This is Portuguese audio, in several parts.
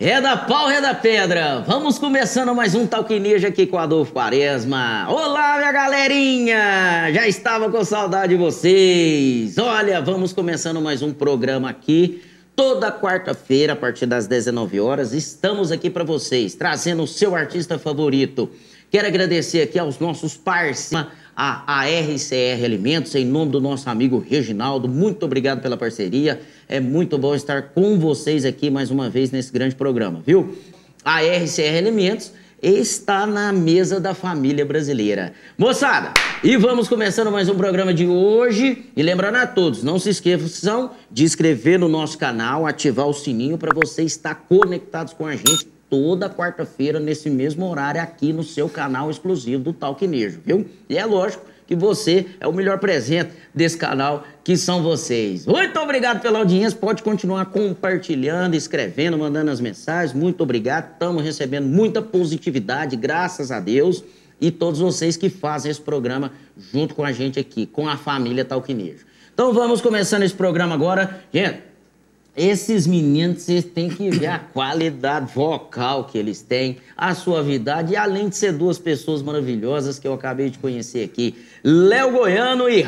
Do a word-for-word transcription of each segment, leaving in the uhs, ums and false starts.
Reda pau, reda pedra. Vamos começando mais um Talquinejo aqui com o Adolfo Quaresma. Olá, minha galerinha! Já estava com saudade de vocês. Olha, vamos começando mais um programa aqui. Toda quarta-feira, a partir das dezenove horas, estamos aqui para vocês, trazendo o seu artista favorito. Quero agradecer aqui aos nossos parceiros, a, a R C R Alimentos, em nome do nosso amigo Reginaldo. Muito obrigado pela parceria. É muito bom estar com vocês aqui mais uma vez nesse grande programa, viu? A R C R Alimentos está na mesa da família brasileira. Moçada, e vamos começando mais um programa de hoje. E lembrando a todos, não se esqueçam de inscrever no nosso canal, ativar o sininho para você estar conectados com a gente toda quarta-feira, nesse mesmo horário, aqui no seu canal exclusivo do Talquinejo, viu? E é lógico que você é o melhor presente desse canal, que são vocês. Muito obrigado pela audiência, pode continuar compartilhando, escrevendo, mandando as mensagens. Muito obrigado, estamos recebendo muita positividade, graças a Deus, e todos vocês que fazem esse programa junto com a gente aqui, com a família Talquinejo. Então vamos começando esse programa agora. Gente, esses meninos, vocês têm que ver a qualidade vocal que eles têm, a suavidade, e além de ser duas pessoas maravilhosas que eu acabei de conhecer aqui, Léo Goiano e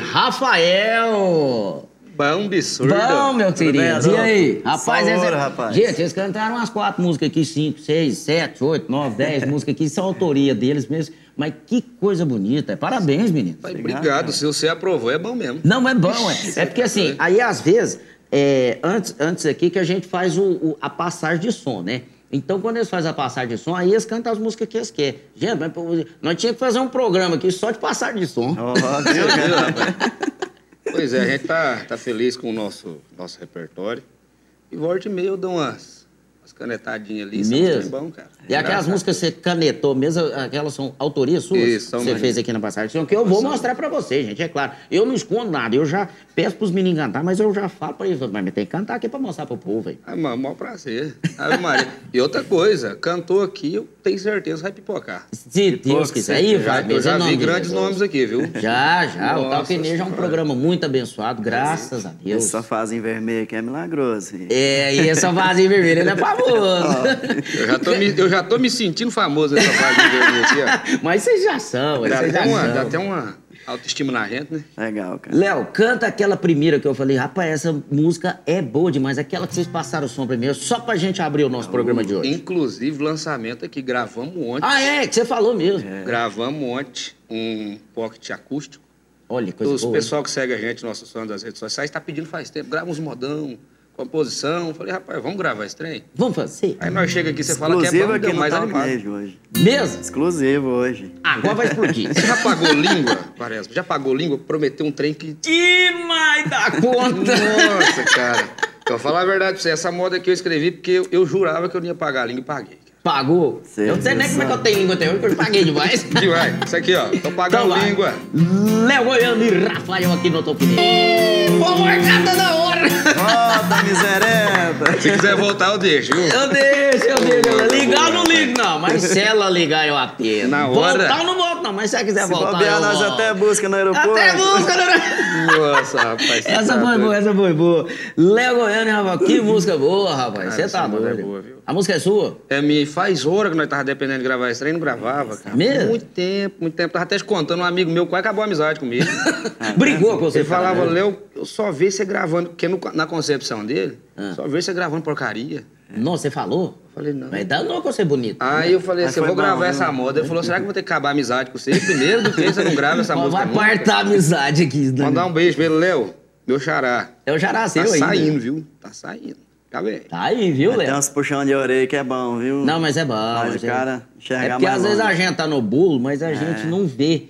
Rafael. Bom, absurdo. Bom, meu querido. E aí? Rapaz, Sabor, essa... rapaz. Gente, eles cantaram umas quatro músicas aqui, cinco, seis, sete, oito, nove, dez músicas aqui, são autoria deles mesmo. Mas que coisa bonita. Parabéns, menino. Obrigado, se você aprovou, é bom mesmo. Não, é bom, é. É porque assim, aí às vezes... É, antes, antes aqui que a gente faz o, o, a passagem de som, né? Então, quando eles fazem a passagem de som, aí eles cantam as músicas que eles querem. Gente, mas, nós tínhamos que fazer um programa aqui só de passagem de som. Oh, Deus, Pois é, a gente tá, tá feliz com o nosso, nosso repertório. E volta e meia eu dou umas, umas canetadinhas ali. Mesmo? É bom, cara. E aquelas Engraçado. músicas que você canetou mesmo, aquelas são autorias suas? Isso, são que você minhas. fez aqui na passagem de som, que eu vou mostrar pra vocês, gente, é claro. Eu não escondo nada, eu já peço pros meninos cantar, mas eu já falo pra eles, mas tem que cantar aqui pra mostrar pro povo aí. Ah, mano, maior prazer. Ave Maria. E outra coisa, cantou aqui, eu tenho certeza vai pipocar. Se Deus quiser, aí Eu vai já, eu mesmo, já em nome vi de grandes Jesus. nomes aqui, viu? Já, já. O Nossa Talquinejo é um Senhora. programa muito abençoado, graças a Deus. Essa fase vermelha aqui é milagroso. É, e essa vasinha vermelha ele é famoso. Eu já tô me, eu já tô me sentindo famoso nessa fase de vermelho aqui, ó. Mas vocês já são, Dá vocês já até, uma, são. dá até uma autoestima na gente, né? Legal, cara. Léo, canta aquela primeira que eu falei, rapaz, essa música é boa demais, aquela que vocês passaram o som primeiro, só pra gente abrir o nosso programa de hoje. Inclusive, lançamento aqui, gravamos ontem. Ah, é, que você falou mesmo. Gravamos ontem um pocket acústico. Olha, coisa Os boa. pessoal que segue a gente, nossos fãs das redes sociais, tá pedindo faz tempo, grava uns modão, composição. Falei, rapaz, vamos gravar esse trem? Vamos fazer? Aí nós chega aqui, você fala que é Exclusivo bom, aqui deu no mais animado. Talquinejo hoje. Mesmo? Exclusivo hoje. Agora vai explodir. Você já pagou língua, parece? Já pagou língua? Prometeu um trem que... Demais da conta! Nossa, cara. Eu vou falar a verdade pra você, essa moda aqui eu escrevi porque eu, eu jurava que eu não ia pagar a língua e paguei. Pagou? Certeza. Eu não sei nem como é que eu tenho língua até hoje, porque eu paguei demais. Aqui vai, isso aqui, ó. Tô pagando Então vai. língua. Léo Goiano e Rafael aqui no Talquinejo. Ô, marcada da hora! Volta, miserenta! Se quiser voltar, eu deixo, viu? Eu deixo, eu deixo. Ligar eu não ligo, não. Mas se ela ligar, eu atendo. Na hora. Voltar eu não volto, não. Mas se ela quiser Se voltar, bobear, eu nós volto. até busca no aeroporto. Até busca, né? Nossa, rapaz. você Essa tá foi doido. boa, essa foi boa. Léo Goiano e Rafael, que música boa, rapaz. Cara, Você essa tá moda é doido. boa, viu? A música é sua? É, me faz hora que nós tava dependendo de gravar esse trem, não gravava, cara. Mesmo? Muito tempo, muito tempo. Tava até te contando, um amigo meu quase acabou a amizade comigo. Brigou com você. Ele falava, cara, né? Léo, eu só vejo você gravando, porque no- na concepção dele, Ah. só vejo você gravando porcaria. Não, você falou? Eu falei, não. Mas dá não com você bonito. Aí eu falei Mas assim, eu foi vou bom, gravar viu? essa moda. Ele falou, será que eu vou ter que acabar a amizade com você primeiro do que você não grava essa música? Vai nunca? partar a amizade aqui. Né? Mandar um beijo pra ele, Léo, meu xará. É o Jaraceu Tá aí. saindo, viu? Tá saindo. Tá bem. Tá aí, viu, Tem Léo? uns puxão de orelha que é bom, viu? Não, mas é bom. Faz mas o cara enxergar É porque mais às vezes longe. a gente tá no bolo, mas a É. gente não vê,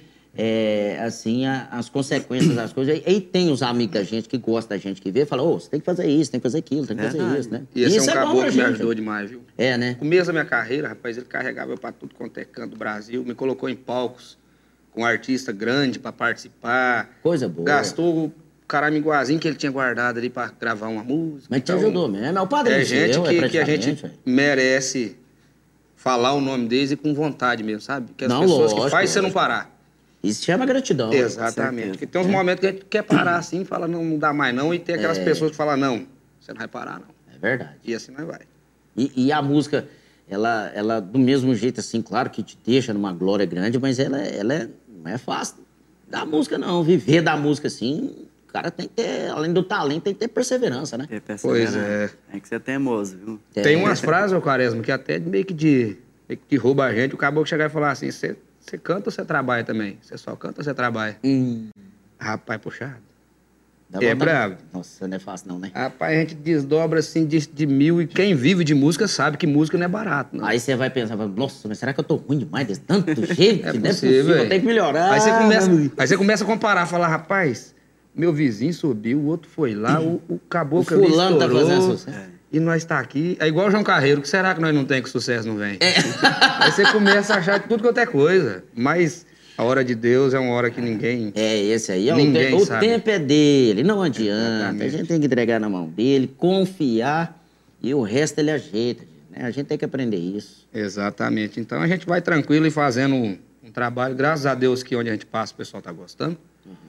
é, assim, a- as consequências das coisas. E aí tem os amigos da gente que gostam da gente, que vê e falam, ô, você tem que fazer isso, tem que fazer aquilo, tem que fazer Verdade. isso, né? E esse isso é um bom caboclo pra que me gente. ajudou demais, viu? É, né? No começo da minha carreira, rapaz, ele carregava eu pra tudo quanto é canto do Brasil, me colocou em palcos com um artista grande pra participar. Coisa boa. Gastou o caraminguazinho que ele tinha guardado ali pra gravar uma música. Mas te Então, ajudou mesmo, é o padrinho É gente seu, que, é que a gente praticamente, ué. merece falar o nome deles e com vontade mesmo, sabe? Que as Não, pessoas lógico, que fazem você não lógico. parar. Isso chama gratidão. Exatamente. certeza. Porque tem uns momentos que a gente quer parar assim, fala, não, não dá mais não, e tem aquelas pessoas que falam, não, você não vai parar não. É verdade. E assim não vai. E, e a música, ela, ela, do mesmo jeito, assim, claro que te deixa numa glória grande, mas ela, ela é, não é fácil da música, não. Viver da música, assim, o cara tem que ter, além do talento, tem que ter perseverança, né? Ter perseverança. Pois é. Tem que ser teimoso, viu? É. Tem umas frases, ô Quaresma, que até meio que de, meio que derruba a gente. O caboclo chegar e falar assim, você canta ou você trabalha também? Você só canta ou você trabalha? Hum, Rapaz, puxado. dá É vontade- bravo. Nossa, não é fácil não, né? Rapaz, a gente desdobra assim de, de mil e quem vive de música sabe que música não é barato, não. Aí você vai pensar, vai, nossa, mas será que eu tô ruim demais desse tanto jeito? É Não é possível, possível, é. tem que melhorar. Aí você começa, meu amigo. aí você começa a comparar, falar, rapaz, meu vizinho subiu, o outro foi lá, o, o O caboclo ali fulano tá estourou, fazendo sucesso. e nós tá aqui. É igual o João Carreiro, que será que nós não tem que o sucesso não vem? É. Aí você começa a achar tudo quanto é coisa, mas a hora de Deus é uma hora que ninguém... É, esse aí, ó, o, Ninguém te- o sabe. tempo é dele, não adianta. Exatamente. A gente tem que entregar na mão dele, confiar e o resto ele ajeita. Né? A gente tem que aprender isso. Exatamente. Então a gente vai tranquilo e fazendo um, um trabalho, graças a Deus que onde a gente passa o pessoal tá gostando.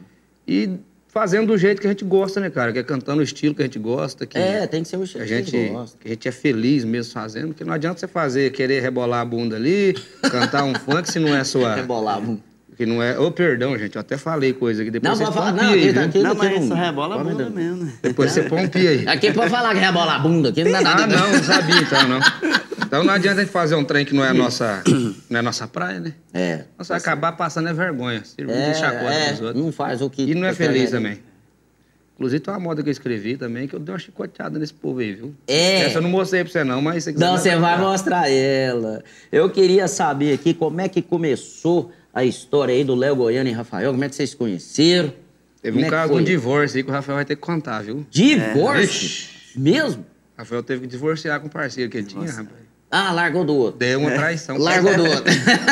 E fazendo do jeito que a gente gosta, né, cara? Que é cantando o estilo que a gente gosta. Que É, tem que ser o estilo a que a gente gente, gosta. que a gente é feliz mesmo fazendo, porque não adianta você fazer, querer rebolar a bunda ali, cantar um funk se não é sua... Rebolar. vamos. Que não é... Ô, perdão, gente, eu até falei coisa aqui, depois Não, vocês pode falar, põem um não, pi aí, aqui tá viu? aqui. Não, daqui mas isso não- rebola a pode bunda não. mesmo, né? Depois você põe um pi aí. Aqui pode falar que rebola a bunda, aqui não dá nada. Ah, não, não sabia então, não. Então não adianta a gente fazer um trem que não é a nossa, não é a nossa praia, né? É. Nós vai acabar passando é vergonha, servindo É, de chacota é, pros outros. não faz o que... E não é eu feliz quero. também. Inclusive tem uma moda que eu escrevi também, que eu dei uma chicoteada nesse povo aí, viu? É. Essa eu não mostrei pra você não, mas... Se você quiser, Não, nós você vamos vai mostrar. mostrar ela. Eu queria saber aqui como é que começou a história aí do Léo Goiano e Rafael, como é que vocês se conheceram? Teve Como um é que caso de foi? um divórcio aí que o Rafael vai ter que contar, viu? Divórcio? Ixi. Mesmo? O Rafael teve que divorciar com o parceiro que ele tinha, rapaz. Ah, largou do outro. Deu uma traição. Largou do outro.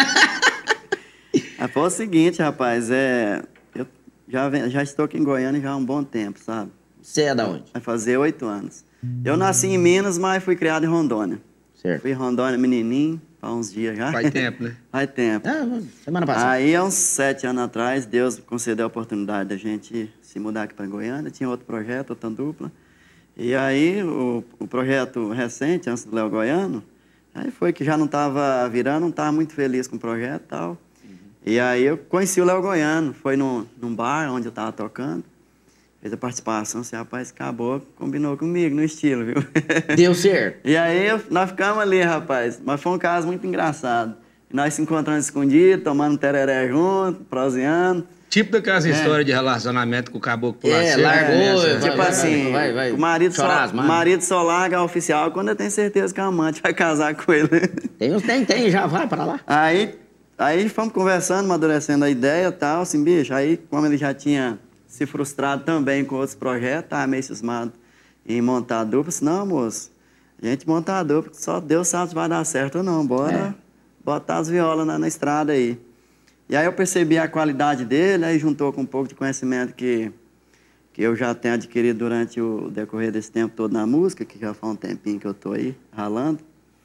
Ah, foi o seguinte, rapaz, é... Eu já, ven- já estou aqui em Goiânia já há um bom tempo, sabe? Você é da onde? Vai fazer oito anos. Eu nasci em Minas, mas fui criado em Rondônia. Certo. Fui em Rondônia menininho, há uns dias já. Faz tempo, né? Faz tempo. Ah, semana passada. Aí, há uns sete anos atrás, Deus concedeu a oportunidade da gente se mudar aqui para Goiânia. Tinha outro projeto, outra dupla. E aí, o, o projeto recente, antes do Léo Goiano, aí foi que já não estava virando, não estava muito feliz com o projeto e tal. E aí, eu conheci o Léo Goiano. Foi num, num bar onde eu estava tocando. Fez a participação, esse rapaz acabou, combinou comigo no estilo, viu? Deu certo. E aí eu- nós ficamos ali, rapaz. Mas foi um caso muito engraçado. Nós se encontrando escondido, tomando tereré junto, proseando. Tipo daquelas histórias de relacionamento com o caboclo pula É, cerca, largou, né? vai, Tipo vai, assim, vai, vai. o marido só, Chorar as o mágoas. marido só larga oficial quando eu tenho certeza que a amante vai casar com ele. Tem, uns- tem, tem, já vai pra lá. Aí, aí fomos conversando, amadurecendo a ideia e tal, assim, bicho. Aí, como ele já tinha se frustrado também com outros projetos, tava meio cismado em montar a dupla. Disse, não, moço, a gente monta a dupla, que só Deus sabe se vai dar certo ou não. Bora botar as violas na, na estrada aí. E aí eu percebi a qualidade dele, aí juntou com um pouco de conhecimento que, que eu já tenho adquirido durante o decorrer desse tempo todo na música, que já faz um tempinho que eu tô aí ralando.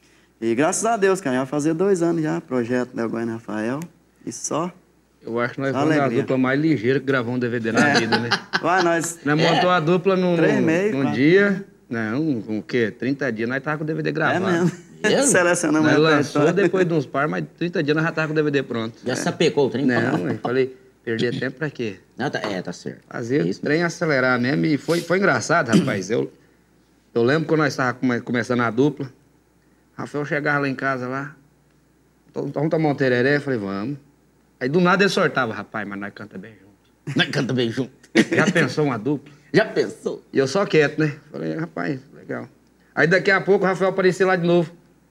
E graças a Deus, cara, já vai fazer dois anos já, projeto Léo Goiano e Rafael. E só. Eu acho que nós Só fomos a alegria. dupla mais ligeira que gravou um D V D na vida, né? Vai, nós. Nós montou a dupla num, Três num, meses, num quatro. dia, não, com o quê? trinta dias, nós tava com o D V D É gravado. mesmo. Mesmo? Selecionamos Nós o lançou repertório. depois de uns par, mas trinta dias nós já tava com o D V D pronto. Já sapecou o trem? Não, eu falei, perder tempo pra quê? Não, tá, é, tá certo. Fazer Isso. o trem acelerar mesmo. E foi, foi engraçado, rapaz. Eu, eu lembro quando nós estávamos come, começando a dupla. Rafael chegava lá em casa lá. "Então, vamos tomar um tereré? Eu falei, vamos. Aí do nada ele sortava, rapaz, mas nós canta bem junto. Nós canta bem junto. Já pensou uma dupla? Já pensou? E eu só quieto, né? Falei, rapaz, legal. Aí daqui a pouco o Rafael apareceu lá de novo.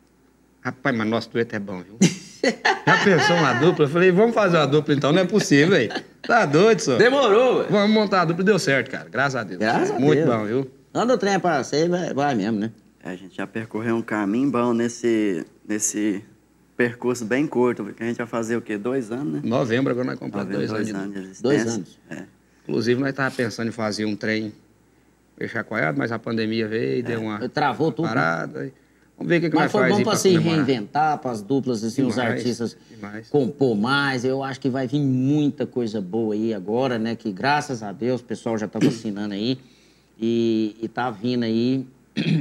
Rapaz, mas nosso dueto é bom, viu? Já pensou uma dupla? Eu falei, vamos fazer uma dupla então, não é possível, velho. Tá doido, só. Demorou, velho. Vamos montar a dupla, deu certo, cara. Graças a Deus. Graças a Muito Deus. bom, viu? Anda o trem pra você, vai, vai mesmo, né? É, a gente já percorreu um caminho bom nesse, nesse percurso bem curto, porque a gente vai fazer o quê? Dois anos, né? Novembro, agora nós Vai compramos ver dois, anos. de novo. de existência. Dois anos. É. Inclusive, nós tava pensando em fazer um trem meio chacoalhado, mas a pandemia veio e deu uma Travou tudo. né? parada. E vamos ver o que, que Mas nós foi faz bom aí pra pra se comemorar. reinventar, pras duplas, assim, os Demais, artistas demais. compor mais. Eu acho que vai vir muita coisa boa aí agora, né? Que graças a Deus o pessoal já tá vacinando aí. E, e tá vindo aí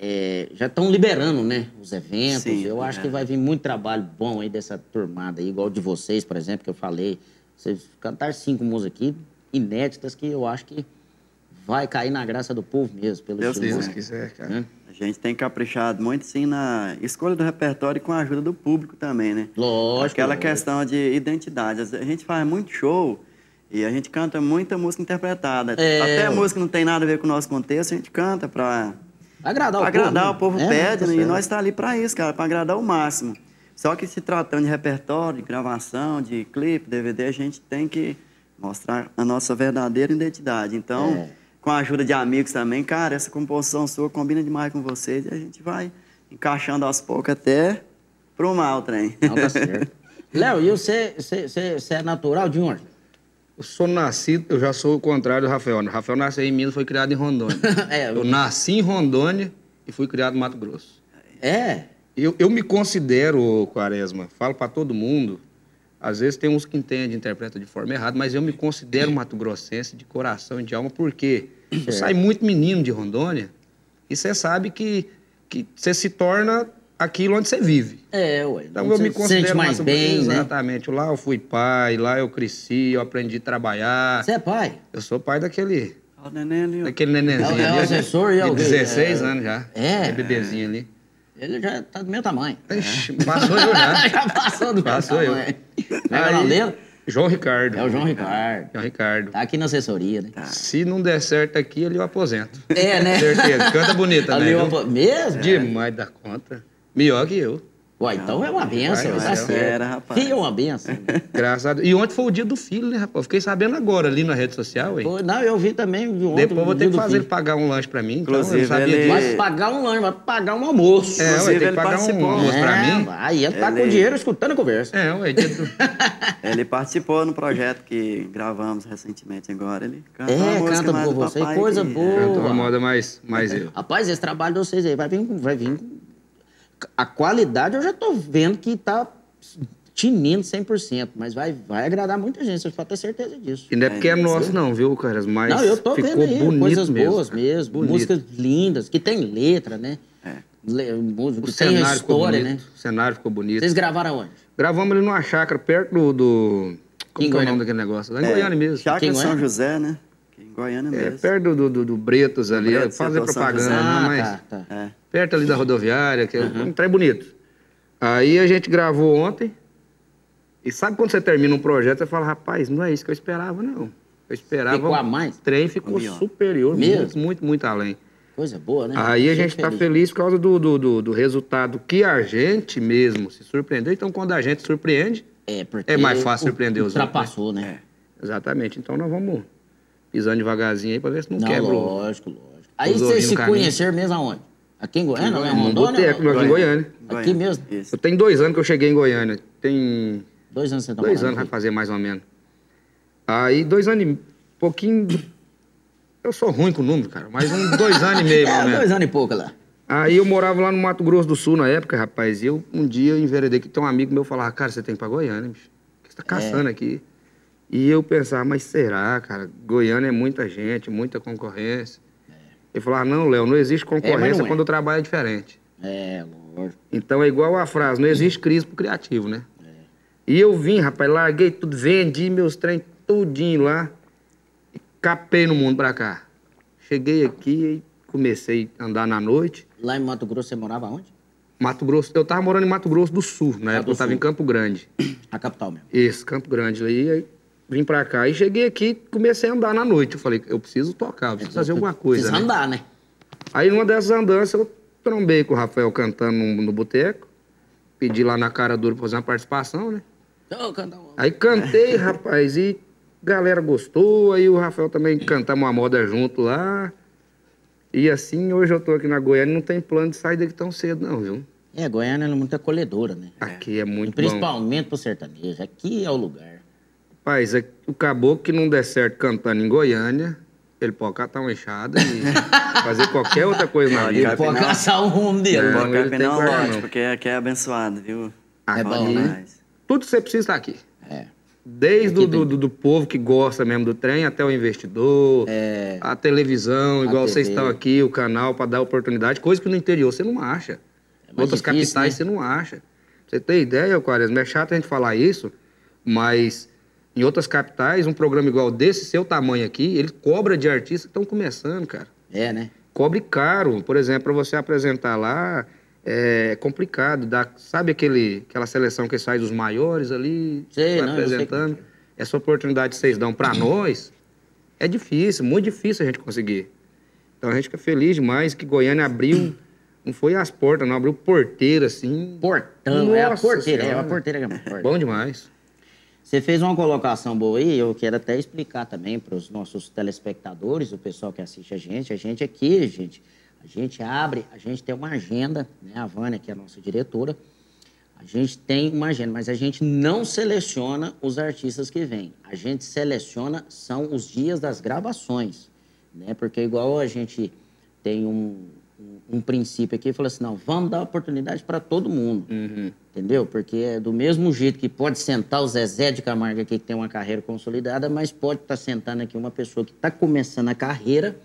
é, já estão liberando, né, os eventos. Sim, eu acho é. que vai vir muito trabalho bom aí dessa turmada aí, igual de vocês, por exemplo, que eu falei. Vocês cantar cinco músicas aqui, inéditas, que eu acho que vai cair na graça do povo mesmo, pelo Deus estilo. Se Deus quiser. quiser, cara. Né? A gente tem caprichado muito, sim, na escolha do repertório e com a ajuda do público também, né? Lógico. Aquela lógico. questão de identidade. A gente faz muito show e a gente canta muita música interpretada. É, Até a ué. música não tem nada a ver com o nosso contexto, a gente canta pra Agradar o agradar, povo. o povo né? É, pede, tá né? E certo. nós tá ali pra isso, cara, pra agradar o máximo. Só que se tratando de repertório, de gravação, de clipe, D V D, a gente tem que mostrar a nossa verdadeira identidade. Então, É. com a ajuda de amigos também, cara, essa composição sua combina demais com vocês e a gente vai encaixando aos poucos até pro mal, trem. Não, tá certo. Léo, e você, você, você, você é natural de onde? Eu sou nascido, eu já sou o contrário do Rafael. O Rafael nasceu em Minas e foi criado em Rondônia. É, Eu nasci em Rondônia e fui criado no Mato Grosso. É? Eu, eu me considero, Quaresma, falo pra todo mundo, às vezes tem uns que entendem, interpretam de forma errada, mas eu me considero mato-grossense de coração e de alma, porque eu saio muito menino de Rondônia e você sabe que, que você se torna aquilo onde você vive. É, ué. Então Você eu me se considero sente mais Mato bem, Grosso, né? exatamente. Lá eu fui pai, lá eu cresci, eu aprendi a trabalhar. Você é pai? Eu sou pai daquele, Olha o neném ali, ó. daquele nenenzinho É o- é o ali. assessor e é o de quê? dezesseis É- anos já. É? É bebezinho ali. Ele já tá do meu tamanho. Ixi, passou eu já. já passou do Passou meu eu. tamanho. Como é o nome dele? João Ricardo. É o João Ricardo. João Ricardo. Tá aqui na assessoria, né? Se não der certo aqui, ele eu aposento. É, né? Certeza. Canta bonito Ali também. eu viu? vou- Mesmo? Demais da conta. Melhor que eu. Ué, então é uma benção, Vai, tá vai, certo. era, rapaz. Filho é uma benção. Graças a Deus. E ontem foi o dia do filho, né, rapaz? Fiquei sabendo agora ali na rede social, hein? Pô, não, eu vi também de ontem. Depois eu vou no ter dia que do fazer ele filho. pagar um lanche pra mim. Então, Inclusive, eu sabia ele- disso. Vai pagar um lanche, vai pagar um almoço. É, ué, Inclusive, tem que ele pagar um participou. almoço pra É, mim. Aí ele tá Ele- com dinheiro escutando a conversa. É, ué. dia do- Ele participou no projeto que gravamos recentemente agora. Ele canta uma É, música canta mais por do você, papai coisa que- boa. Cantou uma moda mais, mais eu. Rapaz, esse trabalho de vocês aí vai vir, com- vai vir. com- A qualidade eu já tô vendo que tá tinindo cem por cento, mas vai, vai agradar muita gente, você pode ter certeza disso. E não é porque é nosso, não, viu, caras? Mas Não, eu tô ficou vendo aí bonito coisas mesmo, boas cara. mesmo, Bonito. músicas lindas, que tem letra, né? É. Le, música, O que tem a cenário ficou história, bonito. né? O cenário ficou bonito. Vocês gravaram onde? Gravamos ali numa chácara, perto do... do... Como Em que é o Goiânia? nome daquele negócio? Lá em É, Goiânia mesmo. Chácara Aqui em São Goiânia? José, né? Aqui em Goiânia É, mesmo. perto do, do, do Bretas ali. Bretas, fazer setor São propaganda, José. não, Ah, mas... tá, tá. É. Perto ali da rodoviária, que é um trem bonito. Aí a gente gravou ontem. E sabe quando você termina um projeto, você fala, rapaz, não é isso que eu esperava, não. Eu esperava... Ficou a mais? O trem ficou Melhor. superior, Mesmo? muito, muito, muito além. Coisa boa, né? Aí a Fico gente tá feliz por causa do, do, do, do resultado que a gente mesmo se surpreendeu. Então, quando a gente surpreende, É, porque é mais fácil o- surpreender os outros, ultrapassou, né? exatamente. Então, nós vamos pisando devagarzinho aí pra ver se não, Não, quebra o... lógico, lógico. Aí os vocês ouvindo se no caminho. conheceram mesmo aonde? Aqui em Goiânia, não é em No Rondônia? boteco, ou- nós em Goiânia. Aqui mesmo? Isso. Eu tenho dois anos que eu cheguei em Goiânia. Tem Dois anos você tá dois morando anos vai aqui. fazer mais ou menos. Aí, dois anos e pouquinho... Eu sou ruim com o número, cara, mas uns dois anos e meio, mais ou É, menos. dois anos e pouco lá. Aí eu morava lá no Mato Grosso do Sul na época, rapaz, e eu um dia enveredei que tem um amigo meu falava, cara, você tem que ir pra Goiânia, bicho. O que você tá caçando aqui? E eu pensava, mas será, cara? Goiânia é muita gente, muita concorrência. Ele falou, ah, não, Léo, não existe concorrência não é. quando o trabalho é diferente. É, lógico. Então é igual a frase, não existe crise pro criativo, né? E eu vim, rapaz, larguei tudo, vendi meus trem tudinho lá e capei no mundo pra cá. Cheguei aqui e comecei a andar na noite. Lá em Mato Grosso você morava onde? Mato Grosso, eu tava morando em Mato Grosso do Sul, na Ah, época do eu tava Sul. em Campo Grande. A capital mesmo. Isso, Campo Grande. Aí, aí vim pra cá e cheguei aqui e comecei a andar na noite. Eu falei, eu preciso tocar, eu preciso fazer alguma coisa, Precisa né? andar, né? Aí numa dessas andanças eu trombei com o Rafael cantando no, no boteco. Pedi lá na cara dura pra fazer uma participação, né? Ô, canta um- Aí cantei, rapaz, e galera gostou. Aí o Rafael também cantamos uma moda junto lá. E assim, hoje eu tô aqui na Goiânia e não tem plano de sair daqui tão cedo, não, viu? É, Goiânia é muito acolhedora, né? Aqui é muito bom. Principalmente pro sertanejo. Aqui é o lugar. Rapaz, é- o caboclo que não der certo cantando em Goiânia, ele pode catar uma enxada e fazer qualquer outra coisa na Pode vida. Ele pode Afinal- caçar o rumo dele. É. Bom, Não, ele tem não, coragem, lógico, não. porque aqui é abençoado, viu? É Bom bom, né? demais. Tudo que você precisa estar aqui. É. Desde o do, do, do povo que gosta mesmo do trem até o investidor, É. a televisão, A igual T V. vocês estão aqui, o canal para dar oportunidade, coisa que no interior você não acha. mais Em outras difícil, capitais né? você não acha. Pra você ter ideia, Quaresma, é chato a gente falar isso, mas em outras capitais, um programa igual desse, seu tamanho aqui, ele cobra de artistas que estão começando, cara. É, né? Cobre caro. Por exemplo, para você apresentar lá, é complicado. Dá, sabe aquele, aquela seleção que sai dos maiores ali, Sei, vai não, eu sei apresentando? como Essa oportunidade que vocês dão para nós é difícil, muito difícil a gente conseguir. Então a gente fica feliz demais que Goiânia abriu, não foi as portas, não, abriu porteira, assim. Portão, é a Nossa porteira, é a Senhora. porteira que é mais forte. Bom demais. Você fez uma colocação boa aí, eu quero até explicar também para os nossos telespectadores, o pessoal que assiste a gente. A gente aqui, gente, a gente abre, a gente tem uma agenda, né? A Vânia, que é a nossa diretora, a gente tem uma agenda, mas a gente não seleciona os artistas que vêm. A gente seleciona, são os dias das gravações, né? Porque igual a gente tem um, um, um princípio aqui, fala assim, não, vamos dar oportunidade para todo mundo. Uhum. Entendeu? Porque é do mesmo jeito que pode sentar o Zezé de Camargo aqui, que tem uma carreira consolidada, mas pode estar sentando aqui uma pessoa que está começando a carreira,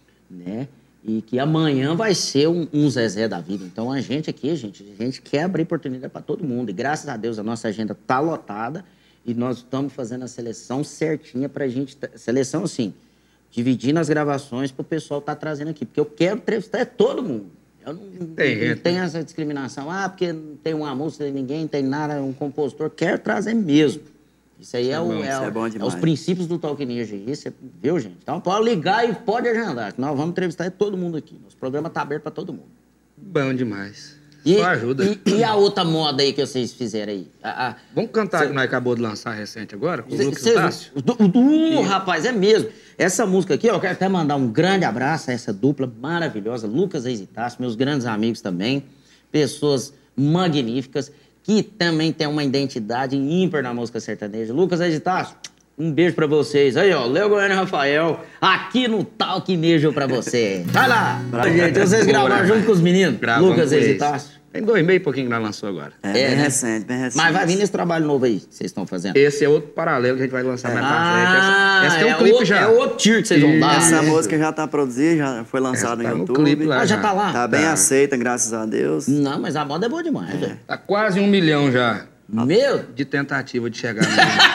né? E que amanhã vai ser um, um Zezé da vida. Então, a gente aqui, gente, a gente quer abrir oportunidade para todo mundo. E graças a Deus, a nossa agenda está lotada e nós estamos fazendo a seleção certinha para a gente... Seleção, assim, dividindo as gravações para o pessoal estar trazendo aqui. Porque eu quero entrevistar é todo mundo. Eu não, Tem não gente, tenho essa discriminação. Ah, porque não tem uma música, ninguém tem nada, um compositor. Quero trazer mesmo. Isso aí é, o, bom, é, isso o- é bom é demais. os princípios do Talk Ninja. Isso é, viu, gente? Então pode ligar e pode agendar. Que nós vamos entrevistar todo mundo aqui. Nosso programa está aberto para todo mundo. Bom demais. E, Só ajuda. E, e a outra moda aí que vocês fizeram aí? A, a, Vamos cantar Cê- que nós acabou de lançar recente agora, com o Cê- Lucas cês- Tássio? do, do, rapaz, é mesmo. Essa música aqui, ó, eu quero até mandar um grande abraço a essa dupla maravilhosa, Lucas Reis e Tássio, meus grandes amigos também, pessoas magníficas, que também têm uma identidade ímpar na música sertaneja. Lucas Reis e Tássio, um beijo pra vocês. Aí, ó, Léo Goiânia e Rafael, aqui no Talk Nejo pra você. Vai lá! Gente, vocês gravaram junto com os meninos, Gravamos Lucas com Reis e eles. Tássio. Tem dois meses e pouquinho que nós lançou agora. É, É, bem né? recente, bem recente. Mas vai vir nesse trabalho novo aí que vocês estão fazendo. Esse é outro paralelo que a gente vai lançar mais pra Ah, frente. Essa, essa tem um é clipe outro, já. É outro tiro que vocês vão dar. Essa né? música já tá produzida, já foi lançada Essa tá no no YouTube. clipe lá. Ah, já já. tá lá? Tá bem Tá. aceita, graças a Deus. Não, mas a moda é boa demais, velho. Tá quase um milhão já Meu, de tentativa de chegar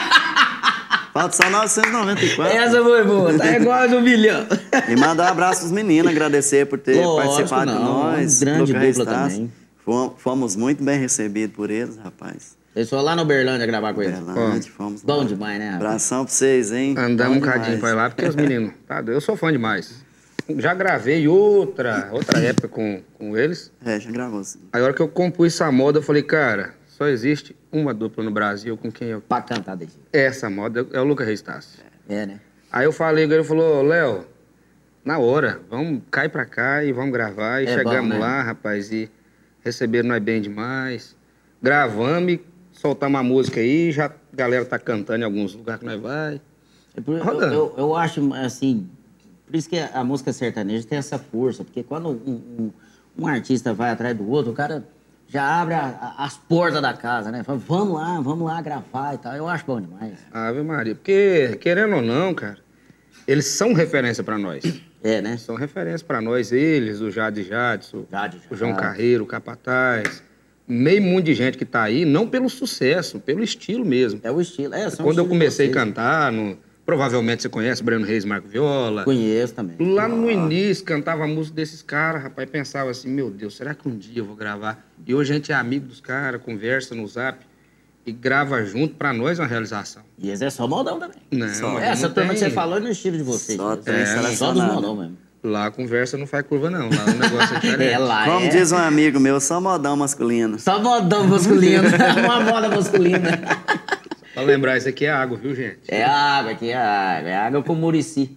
no... Falta só novecentos e noventa e quatro. essa foi boa. Tá igual um milhão. E mandar um abraço pros meninos, agradecer por ter Lógico, participado não, com nós. um grande Lucas dupla Reis também. Fom- Fomos muito bem recebidos por eles, rapaz. Vocês foram lá no Berlândia gravar com eles. Berlândia, fomos Bom lá. demais, né, rapaz? Abração pra vocês, hein? Andar um Bom bocadinho demais. pra lá, porque os meninos... Tá, eu sou fã demais. Já gravei outra, outra época com, com eles. É, já gravou sim. Aí a hora que eu compus essa moda, eu falei, cara, só existe uma dupla no Brasil com quem eu... Pra cantar desse jeito. Essa moda é o Lucas Reis Tássio. É, né? Aí eu falei com ele, ele falou, Léo, na hora, vamos, cai pra cá e vamos gravar. E É chegamos bom, né? lá, rapaz, e receberam nós bem demais. Gravamos e soltamos uma música aí, já a galera tá cantando em alguns lugares que nós vai. É por- eu, Rodando. eu, eu acho, assim, por isso que a música sertaneja tem essa força, porque quando um, um, um artista vai atrás do outro, o cara já abre a- a- as portas da casa, né? Fala, vamos lá, vamos lá gravar e tal. Eu acho bom demais. Ave Maria, porque, querendo ou não, cara, eles são referência pra nós. É, né? São referência pra nós, eles, o Jade Jadson, Jade o João Jadson. Carreiro, o Capataz, meio mundo de gente que tá aí, não pelo sucesso, pelo estilo mesmo. É o estilo. É, são Quando eu estilo de comecei a vocês. cantar, no- provavelmente você conhece Breno Reis, Marco Viola. Conheço também. Lá no início, cantava a música desses caras, rapaz, pensava assim, meu Deus, será que um dia eu vou gravar? E hoje a gente é amigo dos caras, conversa no zap e grava junto, pra nós é uma realização. E esse é só modão também. Não, Só. mas Essa não turma que tem- você falou é no estilo de vocês. Só né? tem É, só dos selecionado. modão mesmo. Lá a conversa não faz curva não, lá o negócio é diferente. É, lá Como é... diz um amigo meu, só modão masculino. Só modão masculino. Uma moda masculina. Pra lembrar, isso aqui é água, viu, gente? É água aqui, é água. É água com murici.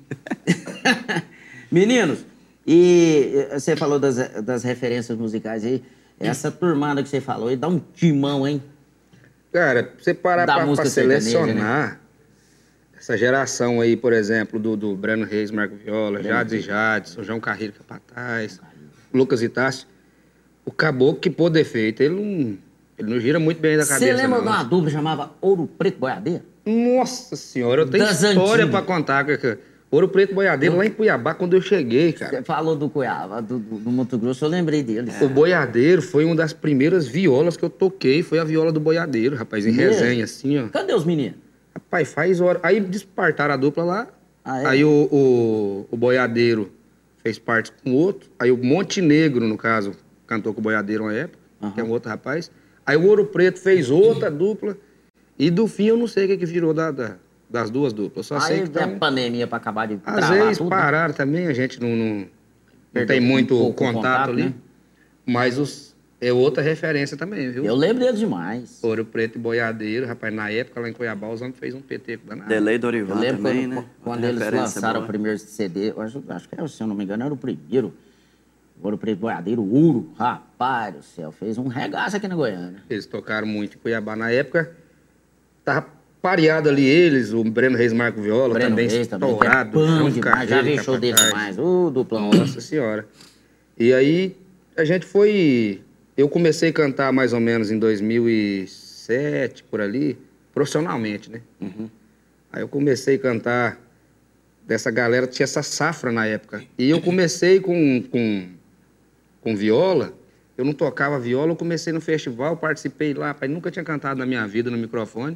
Meninos, e você falou das, das referências musicais aí. Essa turmada que você falou aí dá um timão, hein? Cara, pra você parar Da pra, pra música sertaneja, selecionar essa geração aí, por exemplo, do, do Breno Reis, Marco Viola, Jades e Jadson, João Carreiro Capataz, Lucas e Tássio, o caboclo que pôr defeito, ele não, ele não gira muito bem da cabeça, Você lembra não. de uma dupla que chamava Ouro Preto Boiadeiro? Nossa senhora, eu tenho Das história antigas. pra contar. cara. Ouro Preto Boiadeiro, lá em Cuiabá, quando eu cheguei, cara. Você falou do Cuiabá, do, do, do Mato Grosso, eu lembrei dele. O Boiadeiro foi uma das primeiras violas que eu toquei. Foi a viola do Boiadeiro, rapaz, em Mesmo? resenha, assim, ó. Cadê os meninos? Rapaz, faz hora. Aí despartaram a dupla lá. Ah, é? Aí o, o, o Boiadeiro fez parte com outro. Aí o Montenegro, no caso, cantou com o Boiadeiro uma época, Aham. que é um outro rapaz. Aí o Ouro Preto fez outra dupla. E do fim eu não sei o que, que virou da, da- das duas duplas. Só sei Aí que é tão... pandemia pra acabar de Às travar vezes tudo, né? pararam também, a gente não, não, não Perdeu tem muito um pouco o contato, contato, ali. né? Mas os, é outra referência também, viu? Eu lembro deles demais. Ouro Preto e Boiadeiro, rapaz, na época lá em Cuiabá, os homens fez um P T danado. Delay Eu Dorival lembro também, quando, né? quando Outra eles referência lançaram boa. o primeiro C D, eu acho, acho que era, se eu não me engano, era o primeiro. O Ouro Preto Boiadeiro, Ouro, rapaz do céu, fez um regaço aqui na Goiânia. Eles tocaram muito em Cuiabá na época. Tava pareado ali eles, o Breno Reis Marco Viola, Breno também Reis também, que é estourado. bom João demais, já vi Carreiro, show dele Capataz. demais. Ô, duplão. Nossa senhora. E aí, a gente foi... Eu comecei a cantar mais ou menos em dois mil e sete, por ali, profissionalmente, né? Uhum. Aí eu comecei a cantar dessa galera, tinha essa safra na época. E eu comecei com, com, com viola, eu não tocava viola, eu comecei no festival, participei lá, pai, nunca tinha cantado na minha vida no microfone.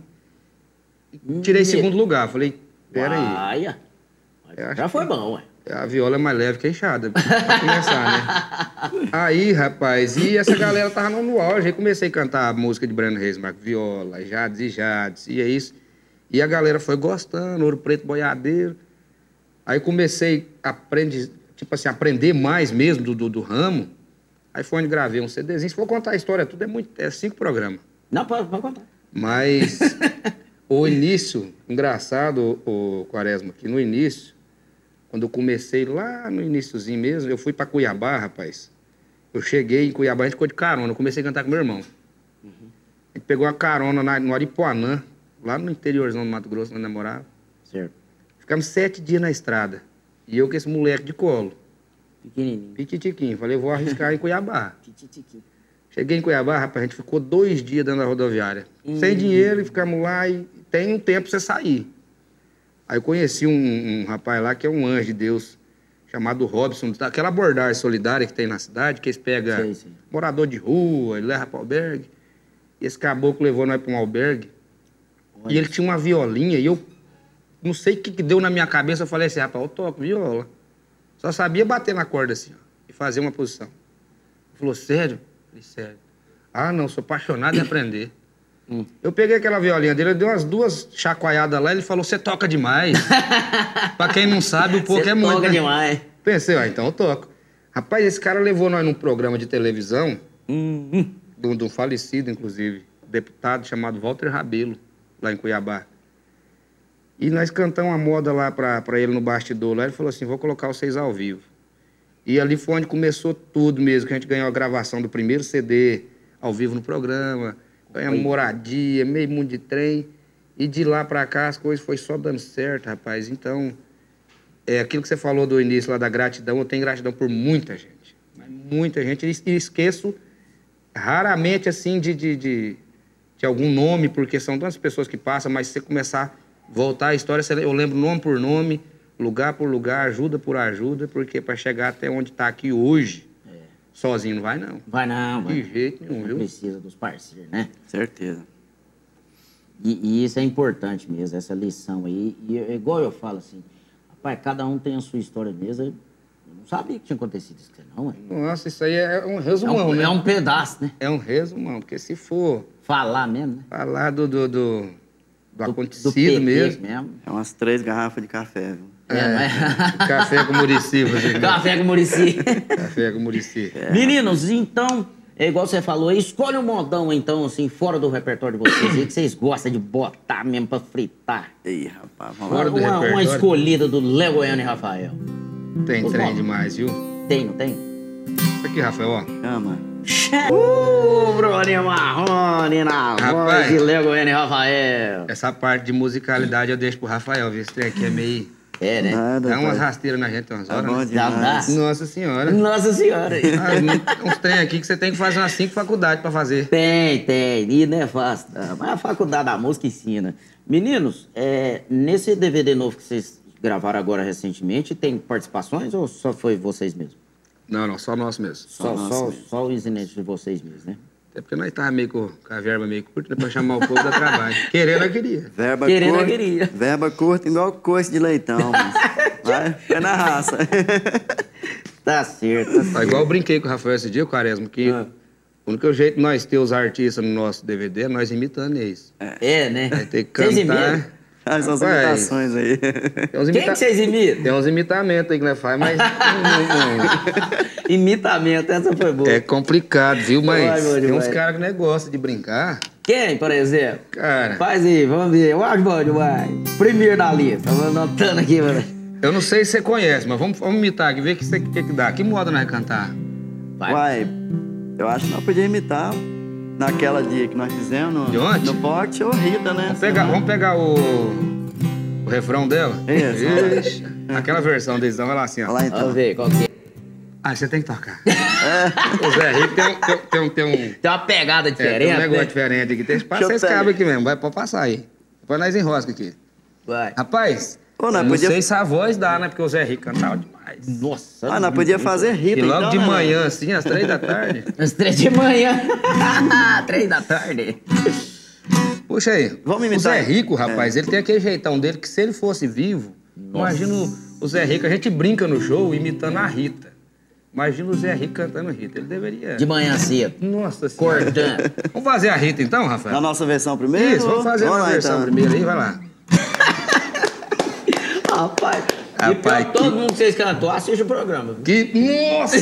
Tirei Me- segundo lugar, falei, peraí, Uaia. Eu acho Já foi que- bom, ué. a viola é mais leve que a enxada, pra começar, né? Aí, rapaz, e essa galera tava no, no auge, aí comecei a cantar a música de Breno Reis, Marco Viola, Jades e Jades, e é isso. E a galera foi gostando, Ouro Preto Boiadeiro. Aí comecei a aprender, tipo assim, aprender mais mesmo do, do, do ramo. Aí foi onde gravei um CDzinho. Se for contar a história, tudo é muito, é cinco programas. Não, pode, pode contar. Mas o início, engraçado, o Quaresma, que no início, quando eu comecei lá no iniciozinho mesmo, eu fui pra Cuiabá, rapaz. Eu cheguei em Cuiabá, a gente ficou de carona. Eu comecei a cantar com meu irmão. A gente pegou uma carona na, no Aripuanã, lá no interiorzão do Mato Grosso, onde eu morava. Certo. Ficamos sete dias na estrada. E eu com esse moleque de colo, Pequenininho. piquitiquinho. Falei, vou arriscar em Cuiabá. Tititiqui. Cheguei em Cuiabá, rapaz, a gente ficou dois dias dentro da rodoviária. Sem dinheiro, e ficamos lá e tem um tempo pra você sair. Aí eu conheci um, um rapaz lá que é um anjo de Deus, chamado Robson, aquela abordagem solidária que tem na cidade, que eles pegam Sei, sei. morador de rua, ele leva para albergue. E esse caboclo levou nós para um albergue. Olha. E ele tinha uma violinha e eu não sei o que, que deu na minha cabeça. Eu falei assim, rapaz, eu toco viola. Só sabia bater na corda assim, ó, e fazer uma posição. Ele falou, sério? Eu falei, sério. Ah, não, sou apaixonado em aprender. Hum. Eu peguei aquela violinha dele, eu dei umas duas chacoalhadas lá, ele falou, você toca demais. Pra quem não sabe, o pouco Você é muito. toca né? demais. Pensei, ó, então eu toco. Rapaz, esse cara levou nós num programa de televisão, Hum, hum. de um, de um falecido, inclusive, deputado chamado Walter Rabelo, lá em Cuiabá. E nós cantamos uma moda lá pra, pra ele no bastidor lá, ele falou assim, vou colocar vocês ao vivo. E ali foi onde começou tudo mesmo, que a gente ganhou a gravação do primeiro C D ao vivo no programa, ganhamos moradia, meio mundo de trem. E de lá pra cá as coisas foi só dando certo, rapaz. Então, é aquilo que você falou do início lá da gratidão, eu tenho gratidão por muita gente. Mas muita gente. E esqueço raramente, assim, de, de, de, de algum nome, porque são tantas pessoas que passam, mas se você começar a voltar a história, você- eu lembro nome por nome, lugar por lugar, ajuda por ajuda, porque para chegar até onde está aqui hoje, sozinho não vai, não. Vai não, vai. De jeito nenhum, viu? Precisa dos parceiros, né? Certeza. E, e isso é importante mesmo, essa lição aí. E é igual eu falo assim, rapaz, cada um tem a sua história mesmo. Eu não sabia que tinha acontecido isso, não, ué. Nossa, isso aí é um É resumão, um, né? é um pedaço, né? É um resumão, porque se for Falar mesmo, né? falar do, do, do, do Do- acontecido do P T mesmo, mesmo. É umas três garrafas de café, viu? É, não é? café com murici, você Café com Murici. Café com murici. Meninos, então, é igual você falou aí, escolhe um modão, então, assim, fora do repertório de vocês aí, que vocês gostam de botar mesmo pra fritar. Ih, rapaz, vamos Fora lá. do Uma, uma repertório? escolhida do Léo Goiano e Rafael. Tem Os trem novos. demais, viu? Tem, não tem? Isso aqui, Rafael, ó. Chama. Uh, Bruninho Marrone na voz Rapaz. de Léo Goiano e Rafael. Essa parte de musicalidade eu deixo pro Rafael, viu? Esse trem aqui é meio... É, né? Nada, Dá umas pai. rasteiras na gente umas Tá horas, bom né? Já demais. dá. Nossa senhora. Nossa senhora. Ah, uns trem aqui que você tem que fazer umas cinco faculdades pra fazer. Tem, tem. E não é fácil. Tá? Mas a faculdade da música ensina. Meninos, é, nesse D V D novo que vocês gravaram agora recentemente, tem participações ou só foi vocês mesmos? Não, não, só nosso mesmo. Só, nós só, mesmo. só os inéditos de vocês mesmos, né? É porque nós tava meio com, com a verba meio curta, né? Pra chamar o povo da trabalho. Querendo, eu queria. Verba Querendo, eu curta, queria. verba curta igual coice de leitão. Mas vai, é na raça. Tá certo, tá Ó, certo. igual eu brinquei com o Rafael esse dia, Quaresma, que Ah. o único jeito de nós ter os artistas no nosso D V D é nós imitando eles. É, né? Vai ter que Vocês cantar. imitam? Faz as Rapaz, imitações aí. Tem uns, Quem imita- que vocês imitam? tem uns imitamentos aí que nós faz, mas não- não- Imitamento, essa foi boa. é complicado, viu? Mas Vai, meu tem uns demais. caras que não gostam de brincar. Quem, por exemplo? Cara, Faz aí, vamos ver. Eu acho bom demais. Primeiro da lista. Tava anotando aqui, mano. eu não sei se você conhece, mas vamos, vamos imitar aqui, ver o que, você- que, que dá. Que moda nós vai cantar? Vai. Uai, eu acho que nós podíamos imitar naquela dia que nós fizemos no, De ontem? no bote ou Rita, né? Vamos pegar, vamos pegar o, o refrão dela? Isso. Ixi, aquela versão deles, vai lá assim, ó. Olha lá então. Vamos ver qual que é. Ah, você tem que tocar. O Zé Rico tem um... Tem, tem um, tem um Tem uma pegada É, diferente, tem um negócio né? diferente aqui. Tem, passa Deixa eu esse pegar. cabo aqui mesmo, vai, pode passar aí. Depois nós enrosca aqui. Vai. Rapaz, Ô, nós não podia- sei se a voz dá, né? Porque o Zé Rico cantava demais. Nossa. Ah, nós podíamos fazer Rita, E logo então, de né, manhã, assim, às três da tarde. Às três de manhã. Três da tarde. Puxa aí. Vamos O imitar. Zé Rico, rapaz, ele tem aquele jeitão dele que se ele fosse vivo, imagina o- o Zé Rico, a gente brinca no show imitando a Rita. Imagina o Zé Rico cantando Rita. Ele deveria. De manhã cedo. Nossa senhora. Cortando. Vamos fazer a Rita então, Rafael? Na nossa versão primeiro? Isso, vamos fazer a lá, versão então. primeiro aí, vai lá. Rapaz. E Rapaz, pior, todo que- mundo que vocês cantou, assiste o programa. viu? Que. Nossa!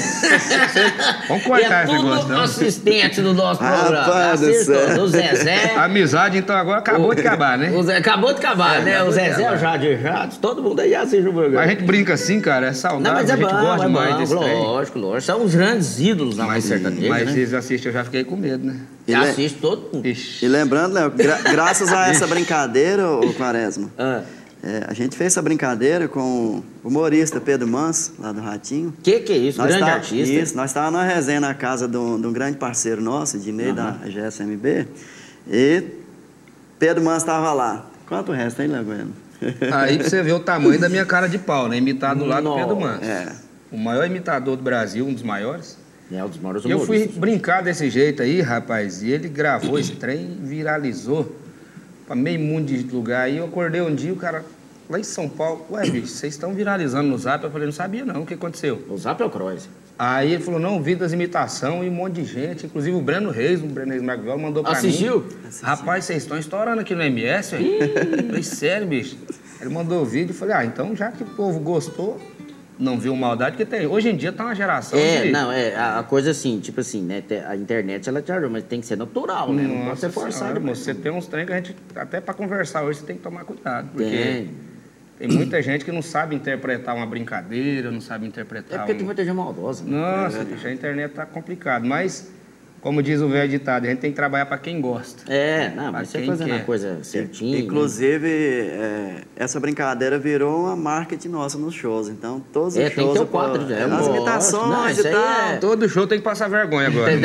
Vamos cortar E é esse tudo negócio, não. assistente do nosso programa. Rapaz do Assiste céu. todos. O Zezé. A amizade, então, agora acabou de acabar, né? O Zé, acabou de acabar, É, né? acabou O de Zezé, acabar. o Jade Jatos, todo mundo aí assiste o programa. Mas a gente brinca assim, cara, é saudável, Não, mas é a gente bom, gosta é demais bom, desse trem. lógico, lógico. São os grandes ídolos da Mas, música sertaneja, mas né? eles assistem, eu já fiquei com medo, né? E E le- assiste todo mundo. Ixi. E lembrando, Léo, gra- graças a essa brincadeira, ô Quaresma, Ah, é, a gente fez essa brincadeira com o humorista Pedro Manso, lá do Ratinho. que que é isso? Nós Grande tá- artista. Isso, nós estávamos na resenha na casa de um, de um grande parceiro nosso, Dinei, da G S M B, e Pedro Manso estava lá. Quanto o resto, hein, Léo Bueno? Aí pra você ver o tamanho da minha cara de pau, né? Imitado lá do Nossa. Pedro Manso. É. O maior imitador do Brasil, um dos maiores. É um dos maiores E eu fui humoristas. brincar desse jeito aí, rapaz, e ele gravou esse trem, viralizou pra meio mundo de lugar. Aí eu acordei um dia, o cara lá em São Paulo, ué, bicho, vocês estão viralizando no Zap? Eu falei, não sabia não, o que aconteceu? O Zap é o Cross. Aí ele falou, não, vi das imitação e um monte de gente, inclusive o Breno Reis, o Breno Reis Magvel, mandou pra Assistiu? mim. Rapaz, vocês estão estourando aqui no M S, hein? Eu falei, sério, bicho? Ele mandou o vídeo e falei, ah, então já que o povo gostou, não viu maldade, que tem. Hoje em dia tá uma geração É, de... não, é a a coisa assim, tipo assim, né? te- A internet ela te ajuda, mas tem que ser natural, né? Não pode Nossa ser forçado. senhora, mas- moço, você tem uns trem que a gente, até pra conversar hoje, você tem que tomar cuidado. Porque Tem. tem muita gente que não sabe interpretar uma brincadeira, não sabe interpretar É porque um... tem muita gente maldosa. Nossa, bicho, a internet tá complicado. Mas, como diz o velho ditado, a gente tem que trabalhar pra quem gosta. É, não, mas Pra você quem fazendo a quer. coisa certinha. Inclusive, é, essa brincadeira virou uma marketing nossa nos shows. Então, todos É, os tem que shows... ter o eu- quadro, já, é, eu nas gosto. imitações Não, isso e aí tal. é- Todo show tem que passar vergonha agora. não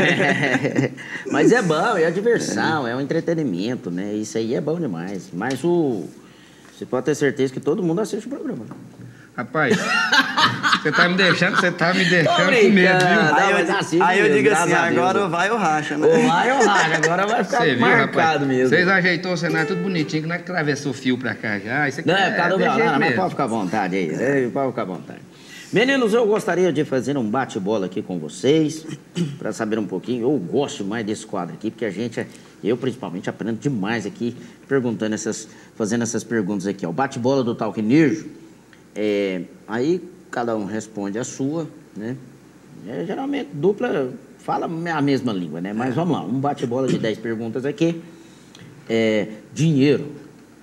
tem? Mas é bom, é a diversão, é um entretenimento, né? Isso aí é bom demais. Mas o. Você pode ter certeza que todo mundo assiste o programa. Rapaz, você tá me deixando, você tá me deixando com brincando. medo, viu? Não, Aí, mas eu, assiste aí eu mesmo, digo graças assim, a Deus, agora né? vai o racha, né? O Lion Raga, agora vai ficar Você viu, marcado rapaz? mesmo. Vocês ajeitou o cenário tudo bonitinho, que não é que atravessou o fio pra cá já. Isso aqui Não, é por causa do de meu, jeito não, mas mesmo. pode ficar à vontade aí. É, pode ficar à vontade. Meninos, eu gostaria de fazer um bate-bola aqui com vocês, para saber um pouquinho. Eu gosto mais desse quadro aqui, porque a gente, eu principalmente, aprendo demais aqui, perguntando essas, fazendo essas perguntas aqui. Ó. O bate-bola do Talk Nijo, é, aí cada um responde a sua, né? É, geralmente, dupla fala a mesma língua, né? Mas vamos lá, um bate-bola de dez perguntas aqui. É, dinheiro.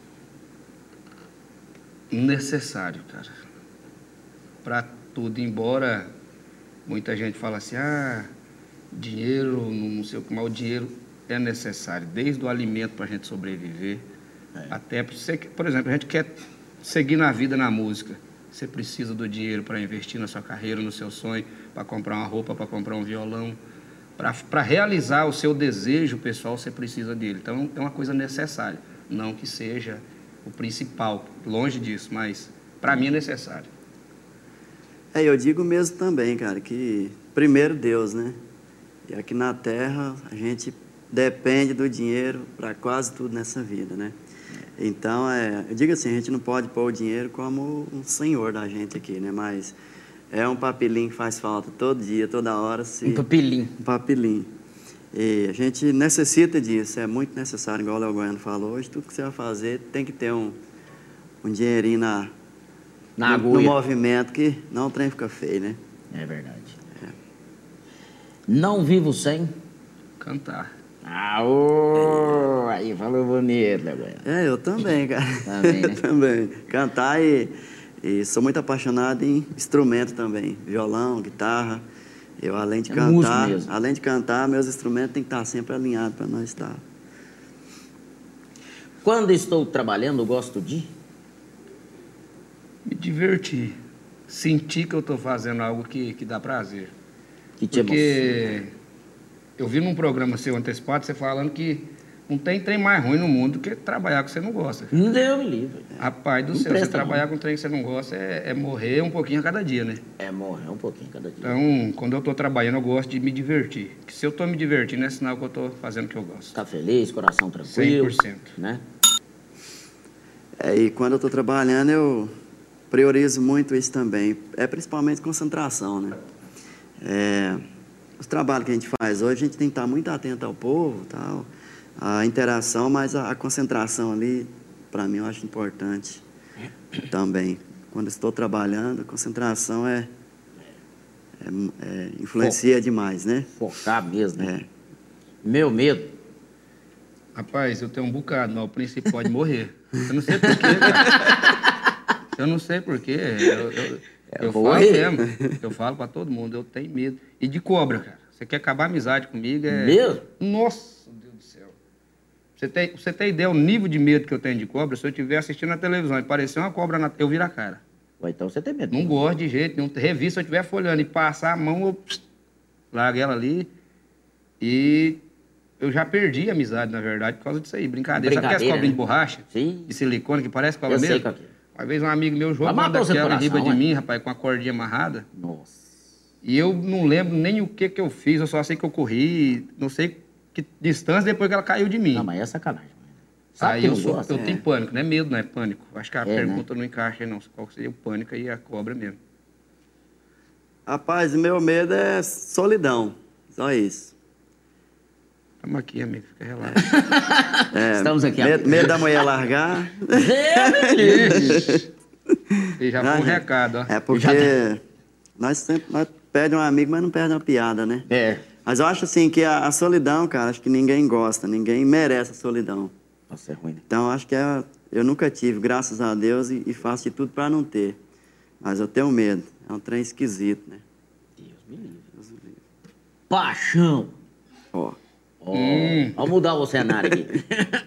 Necessário, cara. Pra tudo, embora muita gente fala assim, ah, dinheiro, não sei o que, mas o dinheiro é necessário, desde o alimento pra gente sobreviver, até, pra você que- por exemplo, a gente quer seguir na vida, na música. Você precisa do dinheiro para investir na sua carreira, no seu sonho, para comprar uma roupa, para comprar um violão. Para realizar o seu desejo pessoal, você precisa dele. Então, é uma coisa necessária. Não que seja o principal, longe disso, mas para mim é necessário. É, eu digo mesmo também, cara, que primeiro Deus, né? E aqui na Terra a gente depende do dinheiro para quase tudo nessa vida, né? Então, é, eu digo assim, a gente não pode pôr o dinheiro como um senhor da gente aqui, né? Mas é um papelinho que faz falta todo dia, toda hora. Se... Um papelinho. Um papelinho. E a gente necessita disso, é muito necessário, igual o Léo Goiano falou. Hoje, tudo que você vai fazer tem que ter um, um dinheirinho na, na no, no movimento, que não o trem fica feio, né? É verdade. É. Não vivo sem... Cantar. Ah, ô, aí falou bonito, Léo Goiano. É, eu também, cara. Também, né? Também. Cantar e, e sou muito apaixonado em instrumento também. Violão, guitarra. Eu, além de é cantar, além de cantar, meus instrumentos têm que estar sempre alinhados para nós estar. Quando estou trabalhando, gosto de? Me divertir. Sentir que eu estou fazendo algo que, que dá prazer. Que te Porque emociona. Eu vi num programa seu antecipado, você falando que não tem trem mais ruim no mundo do que trabalhar com o que você não gosta. Não deu me livre. Rapaz do não céu, você não. trabalhar com um trem que você não gosta é, é morrer um pouquinho a cada dia, né? É morrer um pouquinho a cada dia. Então, quando eu estou trabalhando, eu gosto de me divertir. Que se eu estou me divertindo, é sinal que eu estou fazendo o que eu gosto. Tá feliz, coração tranquilo. cem por cento. Né? É, e quando eu estou trabalhando, eu priorizo muito isso também. É principalmente concentração, né? É, os trabalhos que a gente faz hoje, a gente tem que estar muito atento ao povo, tal, a interação, mas a, a concentração ali, para mim, eu acho importante também. Quando estou trabalhando, a concentração é, é, é influencia Fo demais, né? Focar mesmo, né? É. Meu medo. Rapaz, eu tenho um bocado, mas o príncipe pode morrer. Eu não sei porquê, cara. Eu não sei porquê. Eu, eu, É, eu falo morrer. mesmo. Eu falo pra todo mundo, eu tenho medo. E de cobra, cara. Você quer acabar a amizade comigo? É... Mesmo? Nossa, Deus do céu. Você tem, você tem ideia o nível de medo que eu tenho de cobra? Se eu estiver assistindo na televisão e parecer uma cobra, na... eu viro a cara. Ou então você tem medo. Não gosto de jeito nenhum. Revista, se eu estiver folhando e passar a mão, eu pss, largo ela ali. E eu já perdi a amizade, na verdade, por causa disso aí. Brincadeira. Sabe aquelas cobrinhas, né, de borracha? Sim. De silicone, que parece cobra eu mesmo? Sei qual que é. Uma vez um amigo meu jogou uma daquela em riba de mim, rapaz, com a cordinha amarrada. Nossa. E eu não lembro nem o que que eu fiz, eu só sei que eu corri, não sei que distância depois que ela caiu de mim. Não, mas é sacanagem. Sabe aí que eu, não sou, gosta, eu é. tenho pânico, não é medo, não é pânico. Acho que a é, pergunta né? não encaixa aí, não. Qual seria o pânico e a cobra mesmo. Rapaz, o meu medo é solidão. Só isso. Estamos aqui, amigo, fica relaxado. É, Estamos aqui. Medo, medo da mulher largar. E já Não, foi um gente, recado, ó. É porque nós sempre nós perde um amigo, mas não perde uma piada, né? É. Mas eu acho assim que a, a solidão, cara, acho que ninguém gosta, ninguém merece a solidão. Nossa, é ruim, né? Então, acho que é, eu nunca tive, graças a Deus, e, e faço de tudo para não ter. Mas eu tenho medo. É um trem esquisito, né? Deus me livre. Deus me livre. Paixão. Ó. Oh, hum. Vamos mudar o cenário aqui.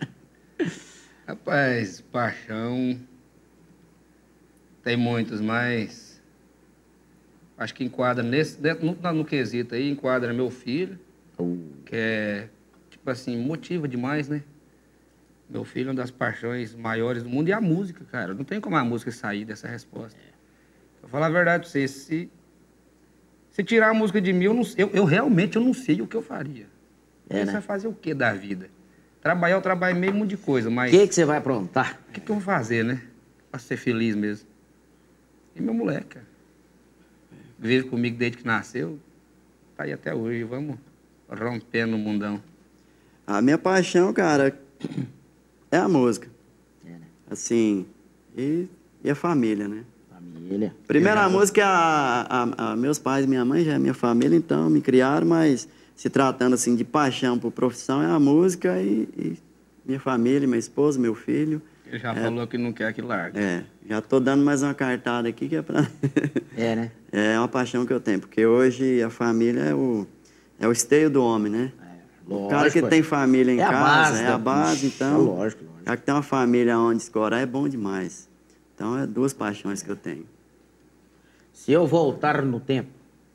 Rapaz, paixão... Tem muitos, mas... Acho que enquadra nesse... No, no quesito aí, enquadra meu filho. Uh. Que é, tipo assim, motiva demais, né? Meu filho é uma das paixões maiores do mundo. E a música, cara. Não tem como a música sair dessa resposta. É. Vou falar a verdade pra você. Se, se tirar a música de mim, eu, não, eu, eu realmente eu não sei o que eu faria. É, você né? vai fazer o que da vida? Trabalhar, eu trabalho meio monte de coisa, mas... O que, que você vai aprontar? O que, que eu vou fazer, né? Pra ser feliz mesmo. E meu moleque, cara. Vive comigo desde que nasceu. Tá aí até hoje. Vamos rompendo o mundão. A minha paixão, cara, é a música. É, né? Assim, e, e a família, né? Família. Primeira música é a, a, a meus pais e minha mãe, já é minha família, então me criaram, mas se tratando assim de paixão por profissão é a música e, e minha família, minha esposa, meu filho. Ele já é, falou que não quer que largue. É, já tô dando mais uma cartada aqui que é pra... É, né? É uma paixão que eu tenho, porque hoje a família é o, é o esteio do homem, né? É, lógico, o cara que é. tem família em é casa, a base, é a base, Ixi, então... É lógico, lógico. Já que tem uma família onde escorar, é bom demais. Então, é duas paixões que eu tenho. Se eu voltar no tempo,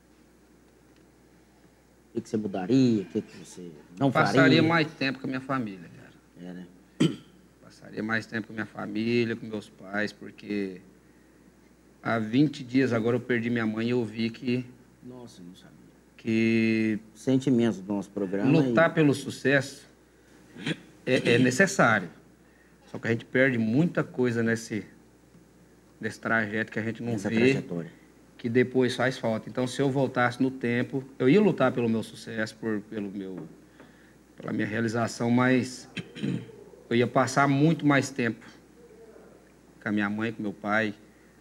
o que, que você mudaria? O que, que você não Passaria faria? mais tempo com a minha família, cara. É, né? Passaria mais tempo com a minha família, com meus pais, porque há vinte dias agora eu perdi minha mãe e eu vi que, Nossa, eu não sabia. que Sentimentos do nosso programa. lutar e... pelo sucesso é, é necessário. Só que a gente perde muita coisa nesse, nesse trajeto que a gente não Essa vê, trajetória. que depois faz falta. Então, se eu voltasse no tempo, eu ia lutar pelo meu sucesso, por, pelo meu, pela minha realização, mas eu ia passar muito mais tempo com a minha mãe, com meu pai,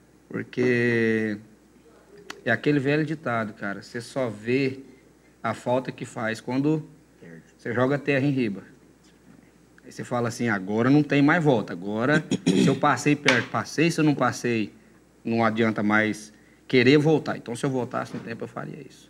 porque é aquele velho ditado, cara, você só vê a falta que faz quando você joga terra em riba. Aí você fala assim, agora não tem mais volta, agora se eu passei perto, passei, se eu não passei, não adianta mais querer voltar. Então, se eu voltasse no tempo, eu faria isso.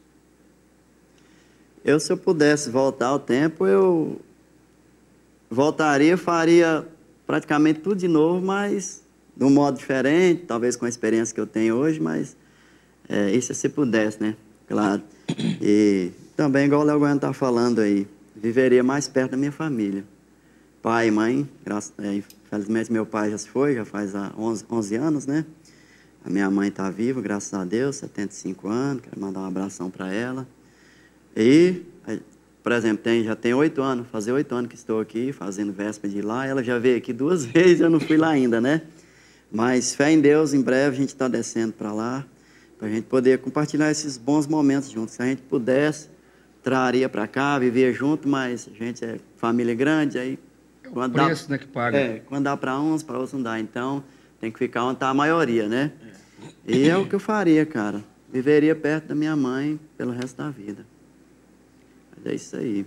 Eu, se eu pudesse voltar ao tempo, eu voltaria, faria praticamente tudo de novo, mas de um modo diferente, talvez com a experiência que eu tenho hoje, mas é, isso se pudesse, né? Claro. E também, igual o Léo Goiano está falando aí, viveria mais perto da minha família. Pai e mãe, graças, é, infelizmente meu pai já se foi, já faz há onze, onze anos, né? A minha mãe está viva, graças a Deus, setenta e cinco anos, quero mandar um abração para ela. E, por exemplo, tem, já tem oito anos, fazer oito anos que estou aqui, fazendo véspera de ir lá. Ela já veio aqui duas vezes, eu não fui lá ainda, né? Mas fé em Deus, em breve a gente está descendo para lá, para a gente poder compartilhar esses bons momentos juntos. Se a gente pudesse, traria para cá, viver junto, mas a gente é família grande, aí... É o quando preço, dá, né, que paga. É, quando dá para uns, para outros não dá. Então, tem que ficar onde está a maioria, né? É. E é o que eu faria, cara. Viveria perto da minha mãe pelo resto da vida. Mas é isso aí.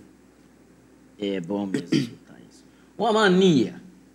É bom mesmo escutar isso. Uma mania.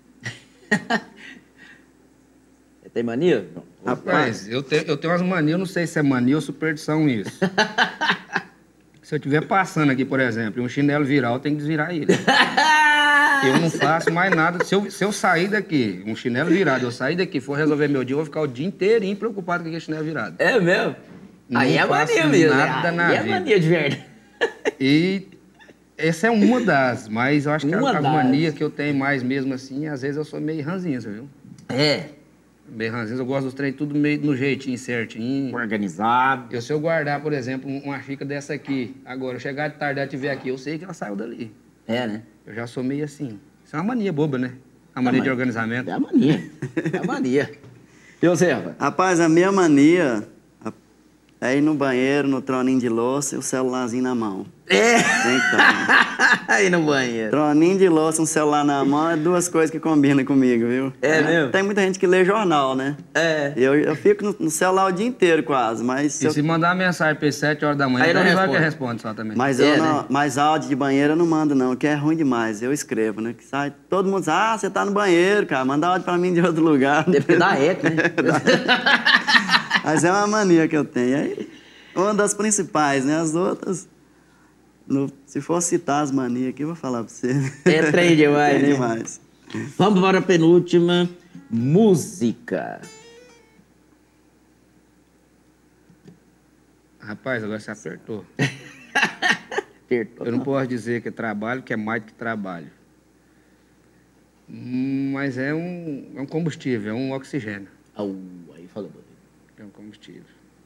Você tem mania? Rapaz, eu tenho, eu tenho umas manias, eu não sei se é mania ou superstição isso. Se eu estiver passando aqui, por exemplo, e um chinelo virar, eu tenho que desvirar ele. Eu não faço mais nada. Se eu, se eu sair daqui, um chinelo virado, eu sair daqui, for resolver meu dia, eu vou ficar o dia inteirinho preocupado com aquele chinelo virado. É mesmo? Não aí é faço mania mesmo. nada aí na é vida. mania de verdade. E essa é uma das, mas eu acho que Uma a, a das. mania que eu tenho mais mesmo assim, às vezes eu sou meio ranzinho, você viu? É. Meio ranzinho, eu gosto dos treinos tudo meio no jeitinho, certinho. Organizado. Eu, se eu guardar, por exemplo, uma xícara dessa aqui, agora, eu chegar de tarde e tiver aqui, eu sei que ela saiu dali. É, né? Eu já sou meio assim. Isso é uma mania boba, né? A É mania a de mania. organizamento. É a mania. É a mania. E você, rapaz? Rapaz, a minha mania é ir no banheiro, no troninho de louça e o celularzinho na mão. É. Tem que estar. Aí no banheiro. Troninho de louça, um celular na mão, é duas coisas que combinam comigo, viu? É mesmo? Tem muita gente que lê jornal, né? É. Eu, eu fico no, no celular o dia inteiro quase, mas... Se E eu, se mandar uma mensagem para sete horas da manhã, Aí não dez horas que responde. responde só também. mas, É, eu não, né? mas áudio de banheiro eu não mando não, que é ruim demais. Eu escrevo, né? Que sai, todo mundo diz, ah, você tá no banheiro, cara, manda áudio pra mim de outro lugar. Depende da eco, né? Mas é uma mania que eu tenho. Aí, uma das principais, né? As outras... No, se for citar as manias aqui, eu vou falar pra você. É trem demais, Trem né? demais. Vamos para a penúltima. Música. Rapaz, agora você apertou. Apertou. Eu não posso dizer que é trabalho, que é mais do que trabalho. Hum, Mas é um, é um combustível, é um oxigênio. Au, aí falou. É um combustível.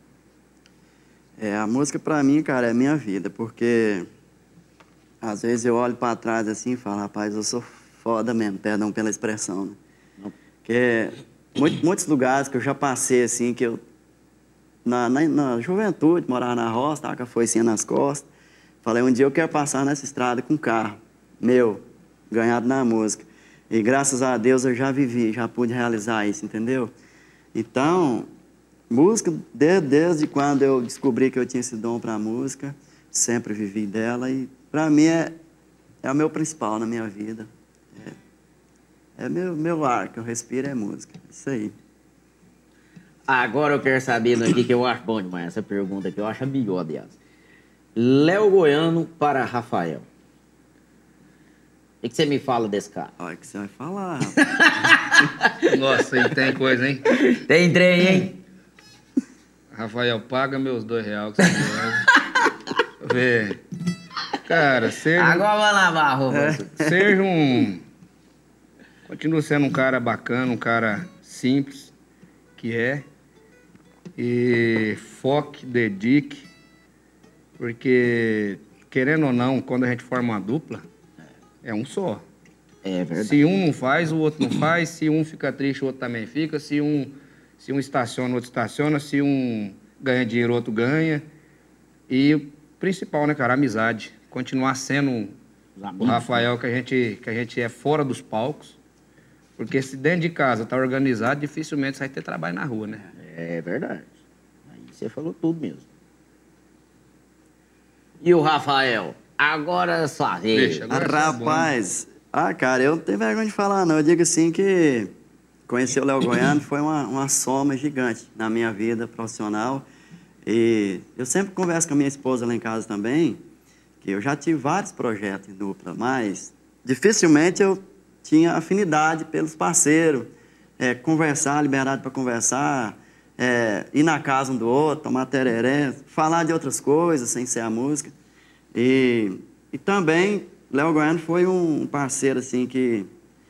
É, a música pra mim, cara, é minha vida, porque às vezes eu olho pra trás assim e falo, rapaz, eu sou foda mesmo, perdão pela expressão, né? Não. Porque muito- muitos lugares que eu já passei, assim, que eu, na, na, na juventude, morava na roça, tava com a foicinha nas costas, falei, um dia eu quero passar nessa estrada com um carro meu, ganhado na música. E graças a Deus eu já vivi, já pude realizar isso, entendeu? Então... Música, desde, desde quando eu descobri que eu tinha esse dom para a música, sempre vivi dela e para mim é, é o meu principal na minha vida. É, é meu, meu ar que eu respiro é música, isso aí. Agora eu quero saber aqui que eu acho bom demais essa pergunta aqui, eu acho a melhor, aliás. Léo Goiano para Rafael. O que você me fala desse cara? Olha o que você vai falar, rapaz. Nossa, aí tem coisa, hein? Tem trem, hein? Rafael, paga meus dois reais que você me deve. Vê. Cara, seja... Agora vai lavar a roupa. É. Seja um... Continua sendo um cara bacana, um cara simples, que é. E foque, dedique, porque, querendo ou não, quando a gente forma uma dupla, é um só. É verdade. Se um não faz, o outro não faz. Se um fica triste, o outro também fica. Se um, se um estaciona, o outro estaciona. Se um ganha dinheiro, o outro ganha. E o principal, né, cara? A amizade. Continuar sendo o Rafael que a gente, que a gente é fora dos palcos. Porque se dentro de casa tá organizado, dificilmente você vai ter trabalho na rua, né? É verdade. Aí você falou tudo mesmo. E o Rafael? Agora é sua vez. Deixa, agora tá bom. Rapaz, ah, cara, eu não tenho vergonha de falar, não. Eu digo assim que conhecer o Léo Goiano foi uma, uma soma gigante na minha vida profissional. E eu sempre converso com a minha esposa lá em casa também, que eu já tive vários projetos em dupla, mas dificilmente eu tinha afinidade pelos parceiros, é, conversar, liberdade para conversar, é, ir na casa um do outro, tomar tereré, falar de outras coisas sem ser a música. E, e também, Léo Goiano foi um parceiro assim que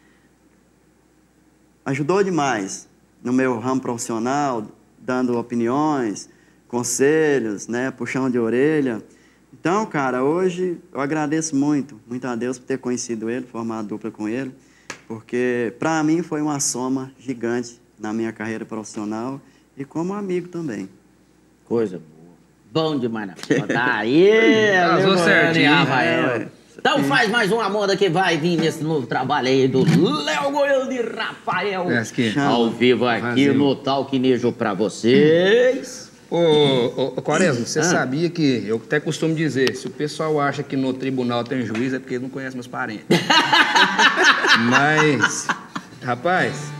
ajudou demais no meu ramo profissional, dando opiniões, conselhos, né, puxão de orelha. Então, cara, hoje eu agradeço muito, muito a Deus por ter conhecido ele, formado dupla com ele, porque para mim foi uma soma gigante na minha carreira profissional e como amigo também. Coisa boa. Bom demais na fila. Tá aí, Casou certinho. Rafael. É, Então faz mais uma moda que vai vir nesse novo trabalho aí do Léo Goiano e Rafael. É, que... Ao vivo aqui Brasil. no Talquinejo pra vocês. Ô, ô, ô Quaresma, você Ah. sabia que, eu até costumo dizer, se o pessoal acha que no tribunal tem juiz, é porque não conhece meus parentes. Mas, rapaz,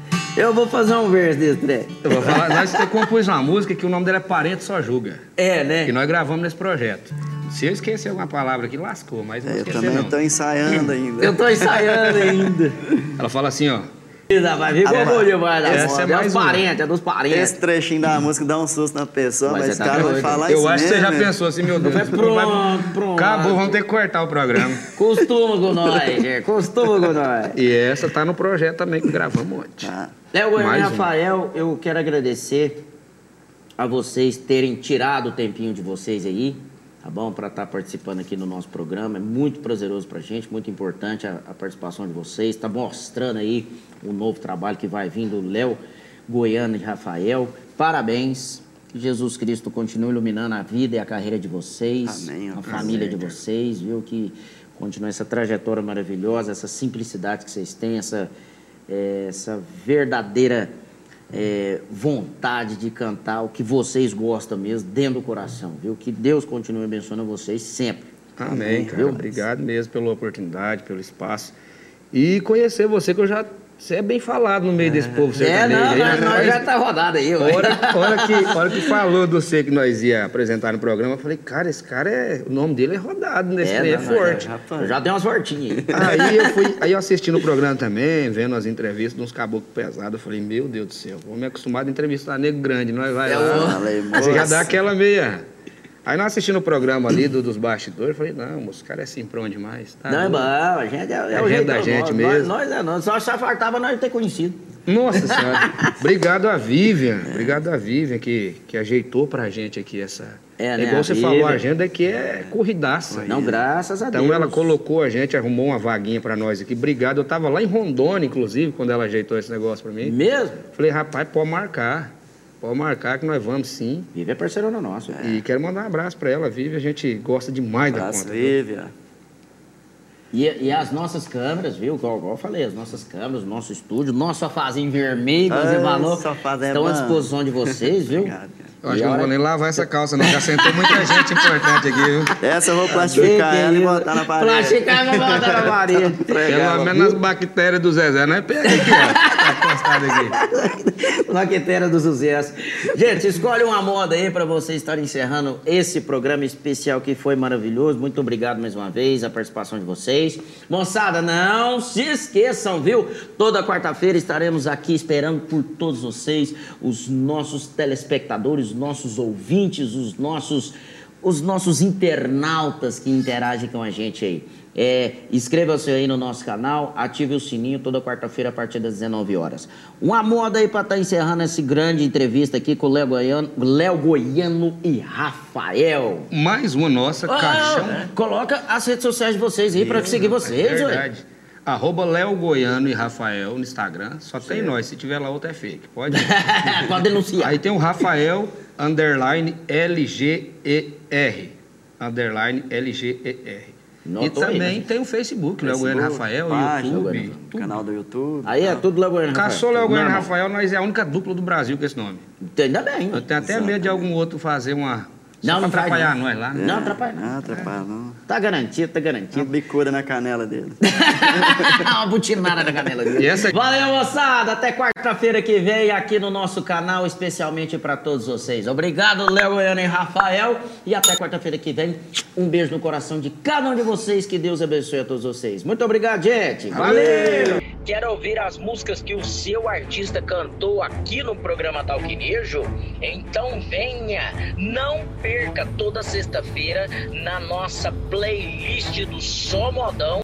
Eu vou fazer um verso desse trem. eu vou falar, nós até compus uma música que o nome dela é Parente Só Julga, É, né? que nós gravamos nesse projeto. Se eu esquecer alguma palavra aqui, lascou, mas não É, eu esquecer também não. estou ensaiando ainda. Eu tô ensaiando ainda. Ela fala assim, ó, Vai vir como Ah, demais da essa moda. é É mais dos uma. parentes, é dos parentes. Esse trechinho da música dá um susto na pessoa, Mas mas você esse tá cara vai doido. falar eu isso acho que você já mesmo, pensou assim, meu Deus, Vai isso não vai- pronto, pronto. acabou, vamos ter que cortar o programa. Costuma com nós, gente. Costuma com nós. E essa tá no projeto também que gravamos ontem. Tá. Léo Goiano e Mais um. Rafael, eu quero agradecer a vocês terem tirado o tempinho de vocês aí, tá bom? Para estar participando aqui no nosso programa. É muito prazeroso pra gente, muito importante a, a participação de vocês. Tá mostrando aí o novo trabalho que vai vir do Léo Goiano e Rafael. Parabéns. Que Jesus Cristo continue iluminando a vida e a carreira de vocês, Amém, a amém. família de vocês, viu? Que continue essa trajetória maravilhosa, essa simplicidade que vocês têm, essa, eh, essa verdadeira eh, vontade de cantar o que vocês gostam mesmo, dentro do coração, viu? Que Deus continue abençoando vocês sempre. Amém, cara. Viu? Obrigado mesmo pela oportunidade, pelo espaço. E conhecer você, que eu já... Você é bem falado no meio desse povo É, sertanejo não, aí, nós, né? nós Mas já tá rodado aí, ué. hora, hora, que, hora que falou do você que nós ia apresentar no programa, eu falei, cara, esse cara é... O nome dele é rodado, né? Esse trem é, não, forte. Eu já dei umas voltinhas aí. Aí eu fui, aí eu assisti no programa também, vendo as entrevistas de uns caboclos pesados, eu falei, meu Deus do céu, vou me acostumar a entrevistar nego grande, nós vai É lá. o- Falei, Aí você já moça. dá aquela meia... Aí nós assistindo o programa ali do- dos bastidores, eu falei, não, moço, esse cara é simprão demais. Tá Não, é doido. bom, a gente é, é, É o gente jeito da nosso. gente nós, mesmo. Nós é nós, só só fartava nós ter conhecido. Nossa Senhora. Obrigado a Vivian. Obrigado a Vivian que, que ajeitou pra gente aqui essa... É, né, igual a você Vivian. falou, a agenda aqui é corridaça. Não, graças a Deus. Então ela colocou a gente, arrumou uma vaguinha pra nós aqui. Obrigado. Eu tava lá em Rondônia, inclusive, quando ela ajeitou esse negócio pra mim. Mesmo? Falei, rapaz, pode marcar. Pode marcar que nós vamos sim. Vive é parceirona nossa. E quero mandar um abraço pra ela, Vivian. A gente gosta demais da Abraço, conta. viu? Vivian. E, e as nossas câmeras, viu? Igual, igual eu falei, as nossas câmeras, o nosso estúdio, nosso sofazinho vermelho, que você Ai, falou, sofazão é estão à bom. disposição de vocês, viu? Obrigado, cara. Eu acho E que eu não a vou hora- nem lavar essa calça, não. Já sentou muita gente importante aqui, viu? Essa eu vou plastificar ela e botar na parede. Plastificar e vou botar na parede. Pelo menos as bactérias do Zezé, nós pega aqui, ó. escada aqui. Maqueteira do sucesso. Gente, escolhe uma moda aí para vocês estarem encerrando esse programa especial que foi maravilhoso. Muito obrigado mais uma vez a participação de vocês. Moçada, não se esqueçam, viu? Toda quarta-feira estaremos aqui esperando por todos vocês, os nossos telespectadores, os nossos ouvintes, os nossos, os nossos internautas que interagem com a gente aí. É, inscreva-se aí no nosso canal, ative o sininho toda quarta-feira a partir das dezenove horas. Uma moda aí para estar tá encerrando essa grande entrevista aqui com o Léo Goiano, Léo Goiano e Rafael. Mais uma nossa, oh, caixão. Coloca as redes sociais de vocês aí para seguir vocês. É verdade. Ué. Arroba Léo Goiano e Rafael no Instagram. Só tem certo. Nós, se tiver lá outro é fake. Pode, pode denunciar. Aí tem o Rafael underline L G E R. Underline L G E R. Não, e também aí, né? Tem o Facebook, Léo Goiano Rafael, o YouTube. O canal do YouTube. Aí é tudo Léo Goiano Rafael. Caçou Léo Goiano Rafael, nós é a única dupla do Brasil com esse nome. Ainda bem. Eu tenho até Exato. medo de algum outro fazer uma... Não, não atrapalhar não. nós lá. Não, atrapalha não. Não, atrapalha não. Tá garantido, tá garantido. Uma bicuda na canela dele. Uma butinada na canela dele. Essa... Valeu, moçada. Até quarta-feira que vem aqui no nosso canal, especialmente pra todos vocês. Obrigado, Léo Goiano e Rafael. E até quarta-feira que vem. Um beijo no coração de cada um de vocês. Que Deus abençoe a todos vocês. Muito obrigado, gente. Valeu! Quer ouvir as músicas que o seu artista cantou aqui no programa Talquinejo? Então venha! Não perca toda sexta-feira na nossa playlist do Só Modão.